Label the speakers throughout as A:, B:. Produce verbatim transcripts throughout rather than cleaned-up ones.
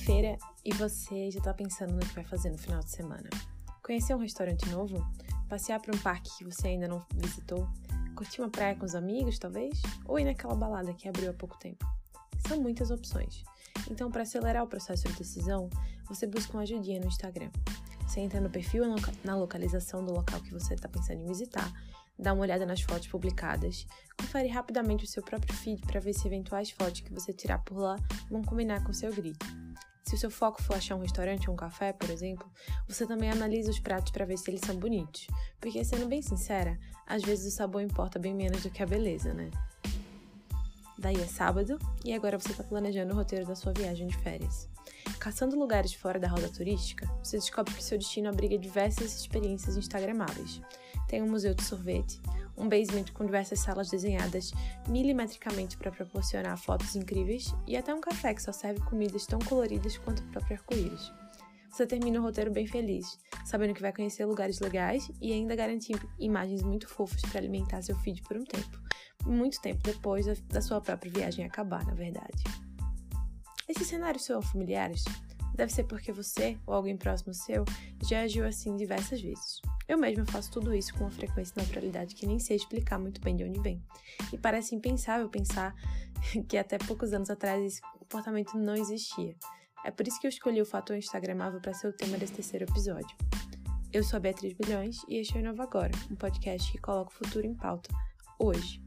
A: Segunda-feira e você já tá pensando no que vai fazer no final de semana. Conhecer um restaurante novo? Passear para um parque que você ainda não visitou? Curtir uma praia com os amigos, talvez? Ou ir naquela balada que abriu há pouco tempo? São muitas opções. Então, para acelerar o processo de decisão, você busca uma ajudinha no Instagram. Você entra no perfil na localização do local que você está pensando em visitar, dá uma olhada nas fotos publicadas, confere rapidamente o seu próprio feed para ver se eventuais fotos que você tirar por lá vão combinar com o seu grid. Se o seu foco for achar um restaurante ou um café, por exemplo, você também analisa os pratos para ver se eles são bonitos. Porque, sendo bem sincera, às vezes o sabor importa bem menos do que a beleza, né? Daí é sábado e agora você está planejando o roteiro da sua viagem de férias. Caçando lugares fora da rota turística, você descobre que seu destino abriga diversas experiências instagramáveis. Tem um museu de sorvete, um basement com diversas salas desenhadas milimetricamente para proporcionar fotos incríveis e até um café que só serve comidas tão coloridas quanto o próprio arco-íris. Você termina o roteiro bem feliz, sabendo que vai conhecer lugares legais e ainda garantir imagens muito fofas para alimentar seu feed por um tempo. Muito tempo depois da sua própria viagem acabar, na verdade. Esses cenários são familiares? Deve ser porque você, ou alguém próximo seu, já agiu assim diversas vezes. Eu mesma faço tudo isso com uma frequência e naturalidade que nem sei explicar muito bem de onde vem. E parece impensável pensar que até poucos anos atrás esse comportamento não existia. É por isso que eu escolhi o fator instagramável para ser o tema desse terceiro episódio. Eu sou a Beatriz Bilhões e este é o Inova Agora, um podcast que coloca o futuro em pauta, hoje.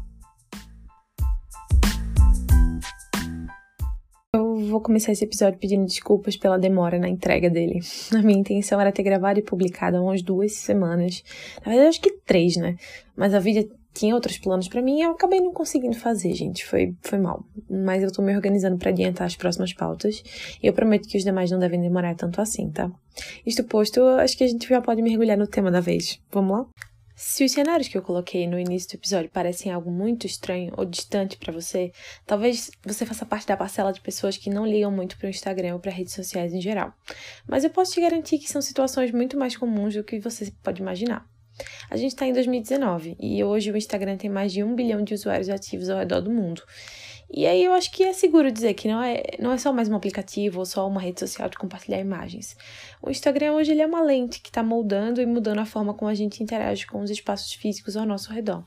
A: Eu vou começar esse episódio pedindo desculpas pela demora na entrega dele. A minha intenção era ter gravado e publicado há umas duas semanas. Na verdade, acho que três, né? Mas a vida tinha outros planos pra mim e eu acabei não conseguindo fazer, gente. Foi, foi mal. Mas eu tô me organizando pra adiantar as próximas pautas. E eu prometo que os demais não devem demorar tanto assim, tá? Isto posto, acho que a gente já pode mergulhar no tema da vez. Vamos lá? Se os cenários que eu coloquei no início do episódio parecem algo muito estranho ou distante pra você, talvez você faça parte da parcela de pessoas que não ligam muito pro Instagram ou para redes sociais em geral. Mas eu posso te garantir que são situações muito mais comuns do que você pode imaginar. A gente está em dois mil e dezenove e hoje o Instagram tem mais de um bilhão de usuários ativos ao redor do mundo. E aí eu acho que é seguro dizer que não é, não é só mais um aplicativo ou só uma rede social de compartilhar imagens. O Instagram hoje ele é uma lente que está moldando e mudando a forma como a gente interage com os espaços físicos ao nosso redor.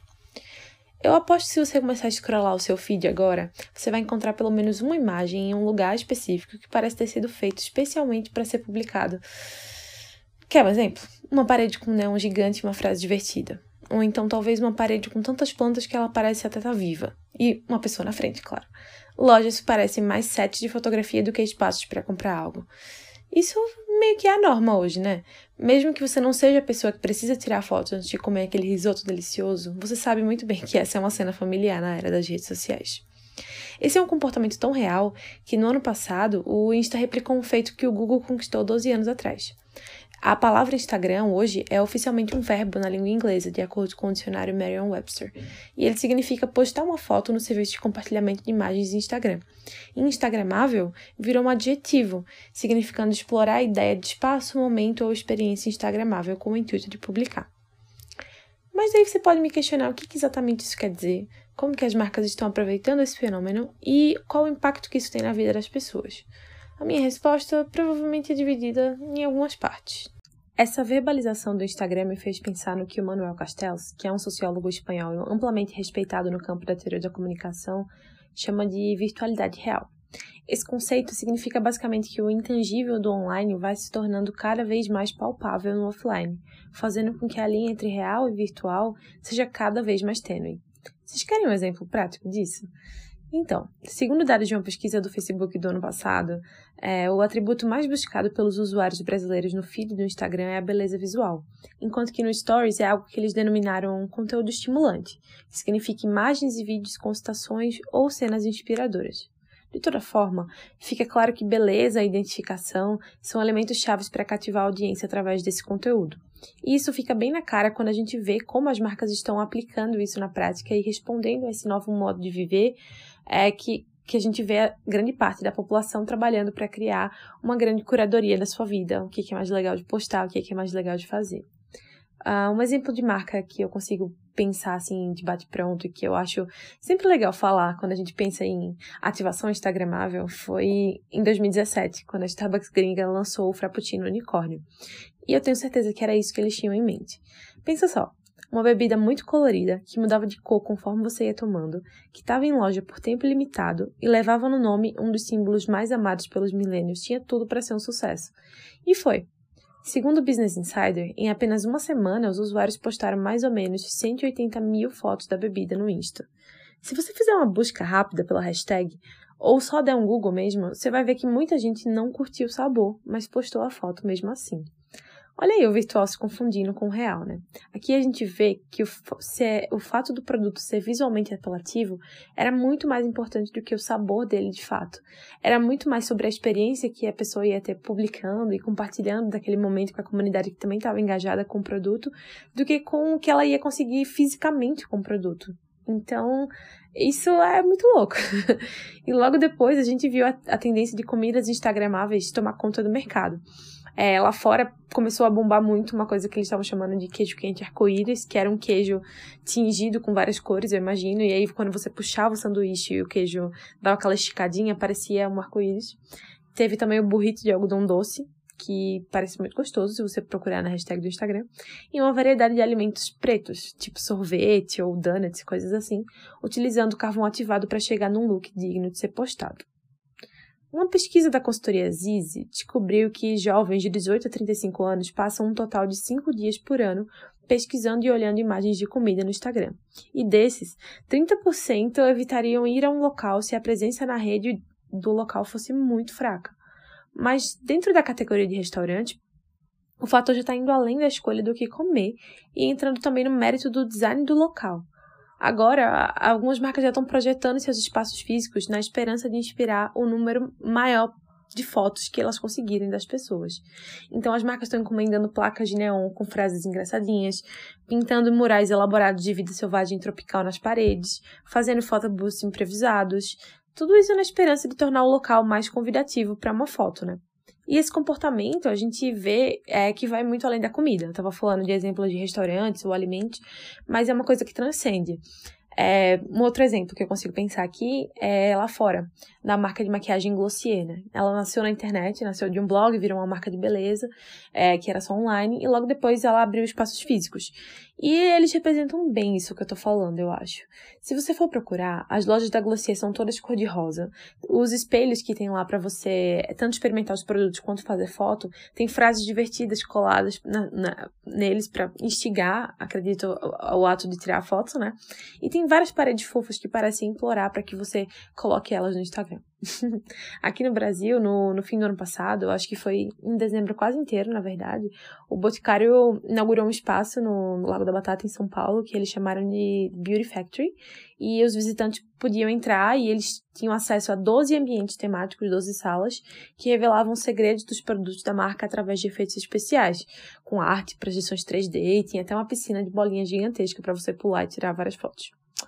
A: Eu aposto que se você começar a scrollar o seu feed agora, você vai encontrar pelo menos uma imagem em um lugar específico que parece ter sido feito especialmente para ser publicado. Quer um exemplo? Uma parede com um neon gigante e uma frase divertida. Ou então talvez uma parede com tantas plantas que ela parece até estar viva. E uma pessoa na frente, claro. Lojas parecem mais sets de fotografia do que espaços para comprar algo. Isso meio que é a norma hoje, né? Mesmo que você não seja a pessoa que precisa tirar fotos antes de comer aquele risoto delicioso, você sabe muito bem que essa é uma cena familiar na era das redes sociais. Esse é um comportamento tão real que no ano passado o Insta replicou um feito que o Google conquistou doze anos atrás. A palavra Instagram hoje é oficialmente um verbo na língua inglesa, de acordo com o dicionário Merriam-Webster, e ele significa postar uma foto no serviço de compartilhamento de imagens em Instagram. Instagramável virou um adjetivo, significando explorar a ideia de espaço, momento ou experiência instagramável com o intuito de publicar. Mas aí você pode me questionar o que exatamente isso quer dizer, como que as marcas estão aproveitando esse fenômeno e qual o impacto que isso tem na vida das pessoas. A minha resposta provavelmente é dividida em algumas partes. Essa verbalização do Instagram me fez pensar no que o Manuel Castells, que é um sociólogo espanhol amplamente respeitado no campo da teoria da comunicação, chama de virtualidade real. Esse conceito significa basicamente que o intangível do online vai se tornando cada vez mais palpável no offline, fazendo com que a linha entre real e virtual seja cada vez mais tênue. Vocês querem um exemplo prático disso? Então, segundo dados de uma pesquisa do Facebook do ano passado, é, o atributo mais buscado pelos usuários brasileiros no feed do Instagram é a beleza visual, enquanto que no Stories é algo que eles denominaram conteúdo estimulante, que significa imagens e vídeos com citações ou cenas inspiradoras. De toda forma, fica claro que beleza e identificação são elementos chaves para cativar a audiência através desse conteúdo. E isso fica bem na cara quando a gente vê como as marcas estão aplicando isso na prática e respondendo a esse novo modo de viver, é que, que a gente vê a grande parte da população trabalhando para criar uma grande curadoria da sua vida, o que é mais legal de postar, o que é mais legal de fazer. Uh, um exemplo de marca que eu consigo pensar assim de bate-pronto e que eu acho sempre legal falar quando a gente pensa em ativação instagramável foi em dois mil e dezessete, quando a Starbucks gringa lançou o Frappuccino Unicórnio. E eu tenho certeza que era isso que eles tinham em mente. Pensa só, uma bebida muito colorida, que mudava de cor conforme você ia tomando, que estava em loja por tempo limitado e levava no nome um dos símbolos mais amados pelos milênios, tinha tudo para ser um sucesso. E foi. Segundo o Business Insider, em apenas uma semana, os usuários postaram mais ou menos cento e oitenta mil fotos da bebida no Insta. Se você fizer uma busca rápida pela hashtag, ou só der um Google mesmo, você vai ver que muita gente não curtiu o sabor, mas postou a foto mesmo assim. Olha aí o virtual se confundindo com o real, né? Aqui a gente vê que o, se, o fato do produto ser visualmente apelativo era muito mais importante do que o sabor dele de fato. Era muito mais sobre a experiência que a pessoa ia ter publicando e compartilhando daquele momento com a comunidade que também estava engajada com o produto, do que com o que ela ia conseguir fisicamente com o produto. Então, isso é muito louco. E logo depois a gente viu a, a tendência de comidas instagramáveis tomar conta do mercado. É, lá fora começou a bombar muito uma coisa que eles estavam chamando de queijo quente arco-íris, que era um queijo tingido com várias cores, eu imagino, e aí quando você puxava o sanduíche e o queijo dava aquela esticadinha, parecia um arco-íris. Teve também o burrito de algodão doce, que parece muito gostoso se você procurar na hashtag do Instagram, e uma variedade de alimentos pretos, tipo sorvete ou donuts, coisas assim, utilizando carvão ativado para chegar num look digno de ser postado. Uma pesquisa da consultoria Zizi descobriu que jovens de dezoito a trinta e cinco anos passam um total de cinco dias por ano pesquisando e olhando imagens de comida no Instagram. E desses, trinta por cento evitariam ir a um local se a presença na rede do local fosse muito fraca. Mas dentro da categoria de restaurante, o fator já está indo além da escolha do que comer e entrando também no mérito do design do local. Agora, algumas marcas já estão projetando seus espaços físicos na esperança de inspirar o número maior de fotos que elas conseguirem das pessoas. Então, as marcas estão encomendando placas de neon com frases engraçadinhas, pintando murais elaborados de vida selvagem tropical nas paredes, fazendo photobooths improvisados. Tudo isso na esperança de tornar o local mais convidativo para uma foto, né? E esse comportamento a gente vê é, que vai muito além da comida. Eu estava falando de exemplos de restaurantes ou alimentos, mas é uma coisa que transcende. É, um outro exemplo que eu consigo pensar aqui é lá fora, da marca de maquiagem Glossier, né? Ela nasceu na internet, nasceu de um blog, virou uma marca de beleza, é, que era só online, e logo depois ela abriu espaços físicos. E eles representam bem isso que eu tô falando, eu acho. Se você for procurar, as lojas da Glossier são todas cor-de-rosa. Os espelhos que tem lá pra você tanto experimentar os produtos quanto fazer foto, tem frases divertidas coladas na, na, neles pra instigar, acredito, o, o ato de tirar foto, né? E tem várias paredes fofas que parecem implorar para que você coloque elas no Instagram. Aqui no Brasil, no, no fim do ano passado, eu acho que foi em dezembro quase inteiro, na verdade, o Boticário inaugurou um espaço no, no Lago da Batata, em São Paulo, que eles chamaram de Beauty Factory, e os visitantes podiam entrar e eles tinham acesso a doze ambientes temáticos, doze salas, que revelavam segredos dos produtos da marca através de efeitos especiais, com arte, projeções três D, e tinha até uma piscina de bolinha gigantesca para você pular e tirar várias fotos.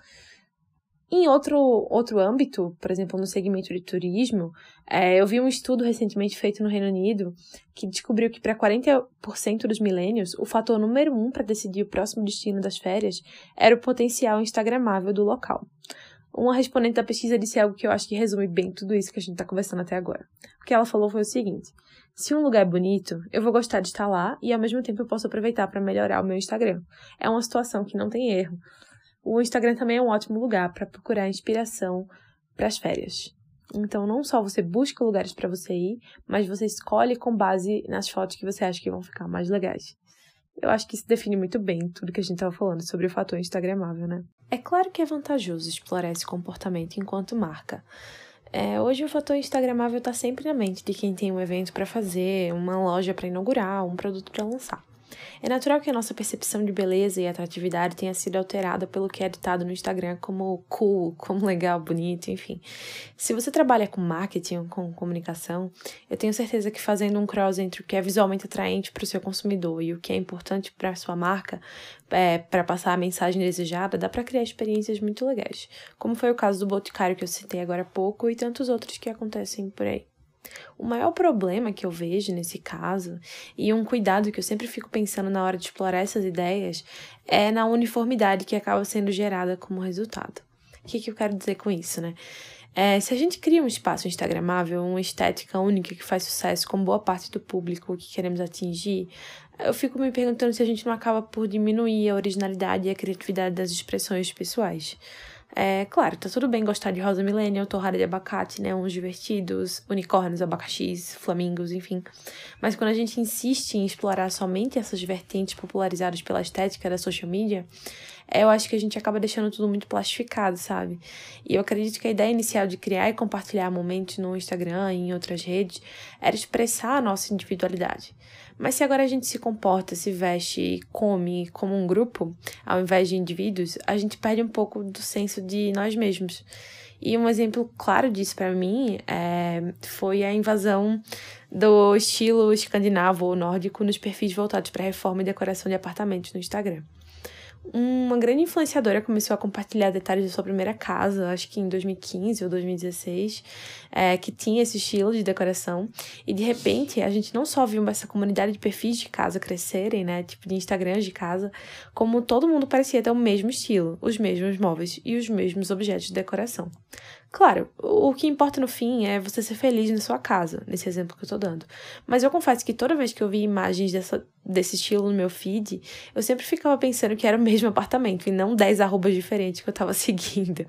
A: Em outro, outro âmbito, por exemplo, no segmento de turismo, é, eu vi um estudo recentemente feito no Reino Unido que descobriu que para quarenta por cento dos millennials, o fator número um para decidir o próximo destino das férias era o potencial instagramável do local. Uma respondente da pesquisa disse algo que eu acho que resume bem tudo isso que a gente está conversando até agora. O que ela falou foi o seguinte: se um lugar é bonito, eu vou gostar de estar lá e ao mesmo tempo eu posso aproveitar para melhorar o meu Instagram. É uma situação que não tem erro. O Instagram também é um ótimo lugar para procurar inspiração para as férias. Então, não só você busca lugares para você ir, mas você escolhe com base nas fotos que você acha que vão ficar mais legais. Eu acho que isso define muito bem tudo que a gente estava falando sobre o fator instagramável, né? É claro que é vantajoso explorar esse comportamento enquanto marca. É, hoje o fator instagramável está sempre na mente de quem tem um evento para fazer, uma loja para inaugurar, um produto para lançar. É natural que a nossa percepção de beleza e atratividade tenha sido alterada pelo que é ditado no Instagram como cool, como legal, bonito, enfim. Se você trabalha com marketing ou com comunicação, eu tenho certeza que fazendo um cross entre o que é visualmente atraente para o seu consumidor e o que é importante para a sua marca, é, para passar a mensagem desejada, dá para criar experiências muito legais, como foi o caso do Boticário que eu citei agora há pouco e tantos outros que acontecem por aí. O maior problema que eu vejo nesse caso, e um cuidado que eu sempre fico pensando na hora de explorar essas ideias, é na uniformidade que acaba sendo gerada como resultado. O que, que eu quero dizer com isso, né? É, se a gente cria um espaço instagramável, uma estética única que faz sucesso com boa parte do público que queremos atingir, eu fico me perguntando se a gente não acaba por diminuir a originalidade e a criatividade das expressões pessoais. É, claro, tá tudo bem gostar de rosa millennial, torrada de abacate, né, uns divertidos, unicórnios, abacaxis, flamingos, enfim. Mas quando a gente insiste em explorar somente essas vertentes popularizadas pela estética da social media, é, eu acho que a gente acaba deixando tudo muito plastificado, sabe? E eu acredito que a ideia inicial de criar e compartilhar momentos no Instagram e em outras redes era expressar a nossa individualidade. Mas se agora a gente se comporta, se veste e come como um grupo, ao invés de indivíduos, a gente perde um pouco do senso de nós mesmos. E um exemplo claro disso para mim é, foi a invasão do estilo escandinavo ou nórdico nos perfis voltados para reforma e decoração de apartamentos no Instagram. Uma grande influenciadora começou a compartilhar detalhes da sua primeira casa, acho que em dois mil e quinze ou dois mil e dezesseis, é, que tinha esse estilo de decoração. E, de repente, a gente não só viu essa comunidade de perfis de casa crescerem, né, tipo de Instagrams de casa, como todo mundo parecia ter o mesmo estilo, os mesmos móveis e os mesmos objetos de decoração. Claro, o que importa no fim é você ser feliz na sua casa, nesse exemplo que eu tô dando. Mas eu confesso que toda vez que eu vi imagens dessa, desse estilo no meu feed, eu sempre ficava pensando que era o mesmo apartamento e não dez arrobas diferentes que eu tava seguindo.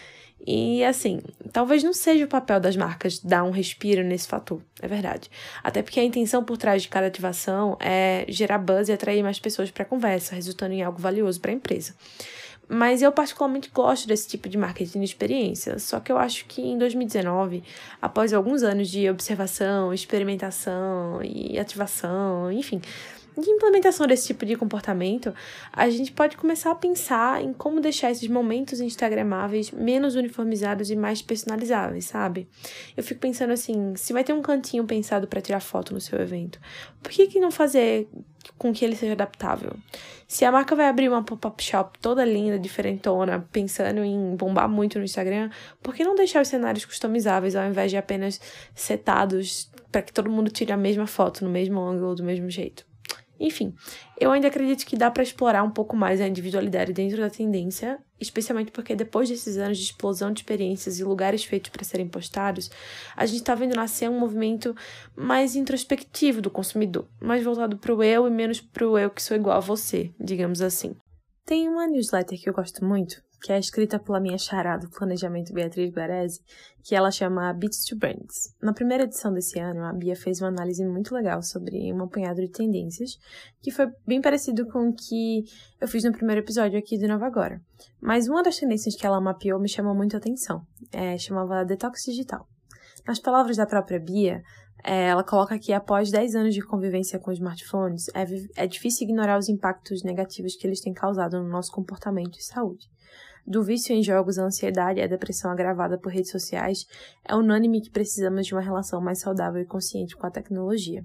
A: E assim, talvez não seja o papel das marcas dar um respiro nesse fator, é verdade. Até porque a intenção por trás de cada ativação é gerar buzz e atrair mais pessoas para a conversa, resultando em algo valioso para a empresa. Mas eu particularmente gosto desse tipo de marketing de experiência, só que eu acho que em dois mil e dezenove, após alguns anos de observação, experimentação e ativação, enfim, de implementação desse tipo de comportamento, a gente pode começar a pensar em como deixar esses momentos instagramáveis menos uniformizados e mais personalizáveis, sabe? Eu fico pensando assim, se vai ter um cantinho pensado para tirar foto no seu evento, por que que não fazer com que ele seja adaptável? Se a marca vai abrir uma pop-up shop toda linda, diferentona, pensando em bombar muito no Instagram, por que não deixar os cenários customizáveis ao invés de apenas setados para que todo mundo tire a mesma foto no mesmo ângulo, do mesmo jeito? Enfim, eu ainda acredito que dá para explorar um pouco mais a individualidade dentro da tendência, especialmente porque depois desses anos de explosão de experiências e lugares feitos para serem postados, a gente está vendo nascer um movimento mais introspectivo do consumidor, mais voltado para o eu e menos para o eu que sou igual a você, digamos assim. Tem uma newsletter que eu gosto muito, que é escrita pela minha chará do planejamento Beatriz Guarese, que ela chama Beats to Brands. Na primeira edição desse ano, a Bia fez uma análise muito legal sobre um apanhado de tendências, que foi bem parecido com o que eu fiz no primeiro episódio aqui do Nova Agora. Mas uma das tendências que ela mapeou me chamou muito a atenção, é, chamava Detox Digital. Nas palavras da própria Bia, É, ela coloca que após dez anos de convivência com smartphones, é, é difícil ignorar os impactos negativos que eles têm causado no nosso comportamento e saúde. Do vício em jogos, a ansiedade e a depressão agravada por redes sociais, é unânime que precisamos de uma relação mais saudável e consciente com a tecnologia.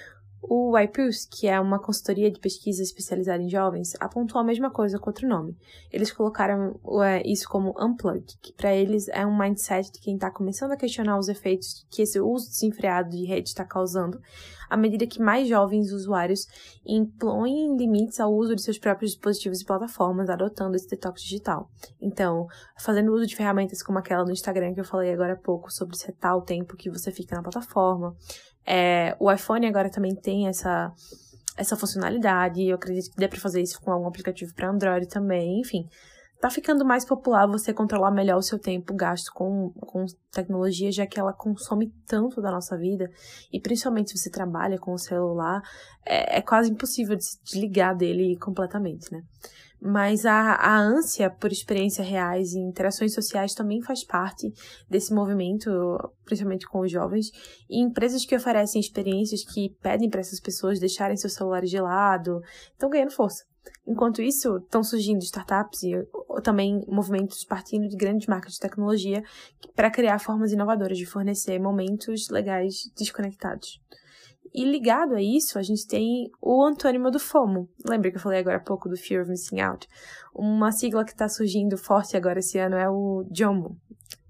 A: O iPulse, que é uma consultoria de pesquisa especializada em jovens, apontou a mesma coisa com outro nome. Eles colocaram é, isso como Unplugged, que para eles é um mindset de quem está começando a questionar os efeitos que esse uso desenfreado de rede está causando, à medida que mais jovens usuários impõem limites ao uso de seus próprios dispositivos e plataformas, adotando esse detox digital. Então, fazendo uso de ferramentas como aquela do Instagram que eu falei agora há pouco, sobre setar o tempo que você fica na plataforma. É, o iPhone agora também tem essa, essa funcionalidade, eu acredito que dê para fazer isso com algum aplicativo para Android também, enfim. Tá ficando mais popular você controlar melhor o seu tempo gasto com, com tecnologia, já que ela consome tanto da nossa vida, e principalmente se você trabalha com o celular, é, é quase impossível de se desligar dele completamente, né? Mas a, a ânsia por experiências reais e interações sociais também faz parte desse movimento, principalmente com os jovens, e empresas que oferecem experiências que pedem para essas pessoas deixarem seus celulares de lado estão ganhando força. Enquanto isso, estão surgindo startups e ou também movimentos partindo de grandes marcas de tecnologia para criar formas inovadoras de fornecer momentos legais desconectados. E ligado a isso, a gente tem o antônimo do FOMO. Lembra que eu falei agora há pouco do Fear of Missing Out? Uma sigla que está surgindo forte agora esse ano é o JOMO.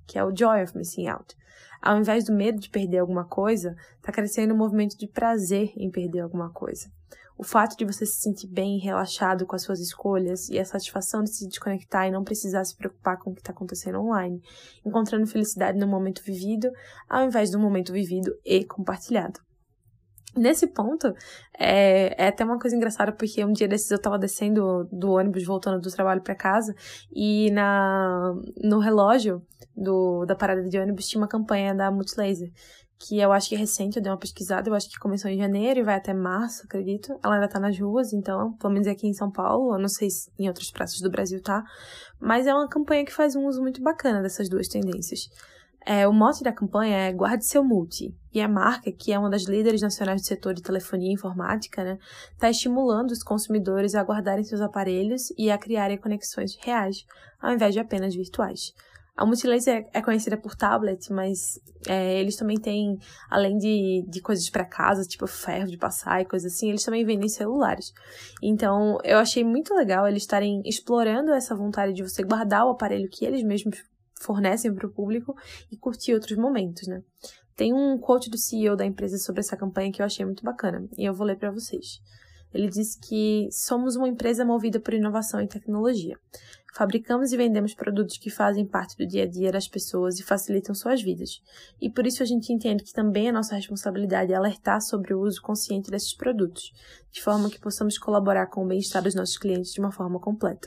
A: que é o Joy of Missing Out. Ao invés do medo de perder alguma coisa, está crescendo um movimento de prazer em perder alguma coisa. O fato de você se sentir bem e relaxado com as suas escolhas e a satisfação de se desconectar e não precisar se preocupar com o que está acontecendo online, encontrando felicidade no momento vivido, ao invés do momento vivido e compartilhado. Nesse ponto, é, é até uma coisa engraçada, porque um dia desses eu tava descendo do ônibus, voltando do trabalho pra casa, e na, no relógio do, da parada de ônibus tinha uma campanha da Multilaser, que eu acho que é recente, eu dei uma pesquisada, eu acho que começou em janeiro e vai até março, acredito. Ela ainda tá nas ruas, então, pelo menos aqui em São Paulo, eu não sei se em outras praças do Brasil tá, mas é uma campanha que faz um uso muito bacana dessas duas tendências. É, o mote da campanha é Guarde Seu Multi, e a marca, que é uma das líderes nacionais do setor de telefonia e informática, né, está estimulando os consumidores a guardarem seus aparelhos e a criarem conexões reais, ao invés de apenas virtuais. A Multilaser é conhecida por tablet, mas é, eles também têm, além de, de coisas para casa, tipo ferro de passar e coisas assim, eles também vendem celulares. Então, eu achei muito legal eles estarem explorando essa vontade de você guardar o aparelho que eles mesmos fornecem para o público e curtir outros momentos, né? Tem um quote do C E O da empresa sobre essa campanha que eu achei muito bacana, e eu vou ler para vocês. Ele disse que somos uma empresa movida por inovação e tecnologia. Fabricamos e vendemos produtos que fazem parte do dia a dia das pessoas e facilitam suas vidas. E por isso a gente entende que também é nossa responsabilidade alertar sobre o uso consciente desses produtos, de forma que possamos colaborar com o bem-estar dos nossos clientes de uma forma completa.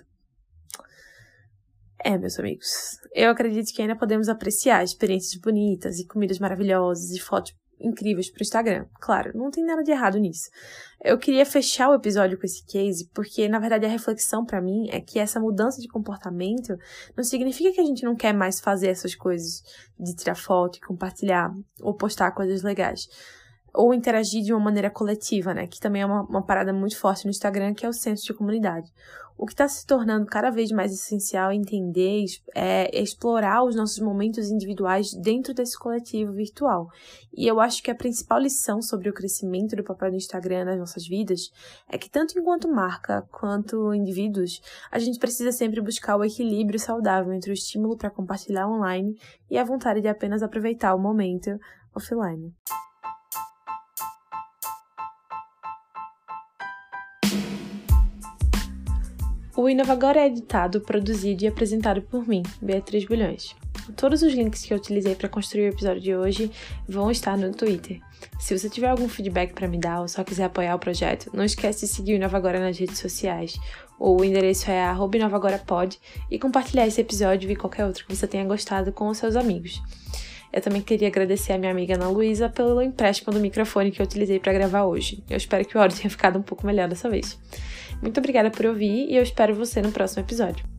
A: É, meus amigos, eu acredito que ainda podemos apreciar experiências bonitas e comidas maravilhosas e fotos incríveis para o Instagram. Claro, não tem nada de errado nisso. Eu queria fechar o episódio com esse case, porque, na verdade, a reflexão para mim é que essa mudança de comportamento não significa que a gente não quer mais fazer essas coisas de tirar foto e compartilhar ou postar coisas legais. Ou interagir de uma maneira coletiva, né? Que também é uma, uma parada muito forte no Instagram, que é o senso de comunidade. O que está se tornando cada vez mais essencial é entender, é, é explorar os nossos momentos individuais dentro desse coletivo virtual. E eu acho que a principal lição sobre o crescimento do papel do Instagram nas nossas vidas é que tanto enquanto marca quanto indivíduos, a gente precisa sempre buscar o equilíbrio saudável entre o estímulo para compartilhar online e a vontade de apenas aproveitar o momento offline. O Inovagora é editado, produzido e apresentado por mim, Beatriz Bulhões. Todos os links que eu utilizei para construir o episódio de hoje vão estar no Twitter. Se você tiver algum feedback para me dar ou só quiser apoiar o projeto, não esquece de seguir o Inovagora nas redes sociais. O endereço é arroba inovagorapod e compartilhar esse episódio e qualquer outro que você tenha gostado com os seus amigos. Eu também queria agradecer a minha amiga Ana Luísa pelo empréstimo do microfone que eu utilizei para gravar hoje. Eu espero que o áudio tenha ficado um pouco melhor dessa vez. Muito obrigada por ouvir e eu espero você no próximo episódio.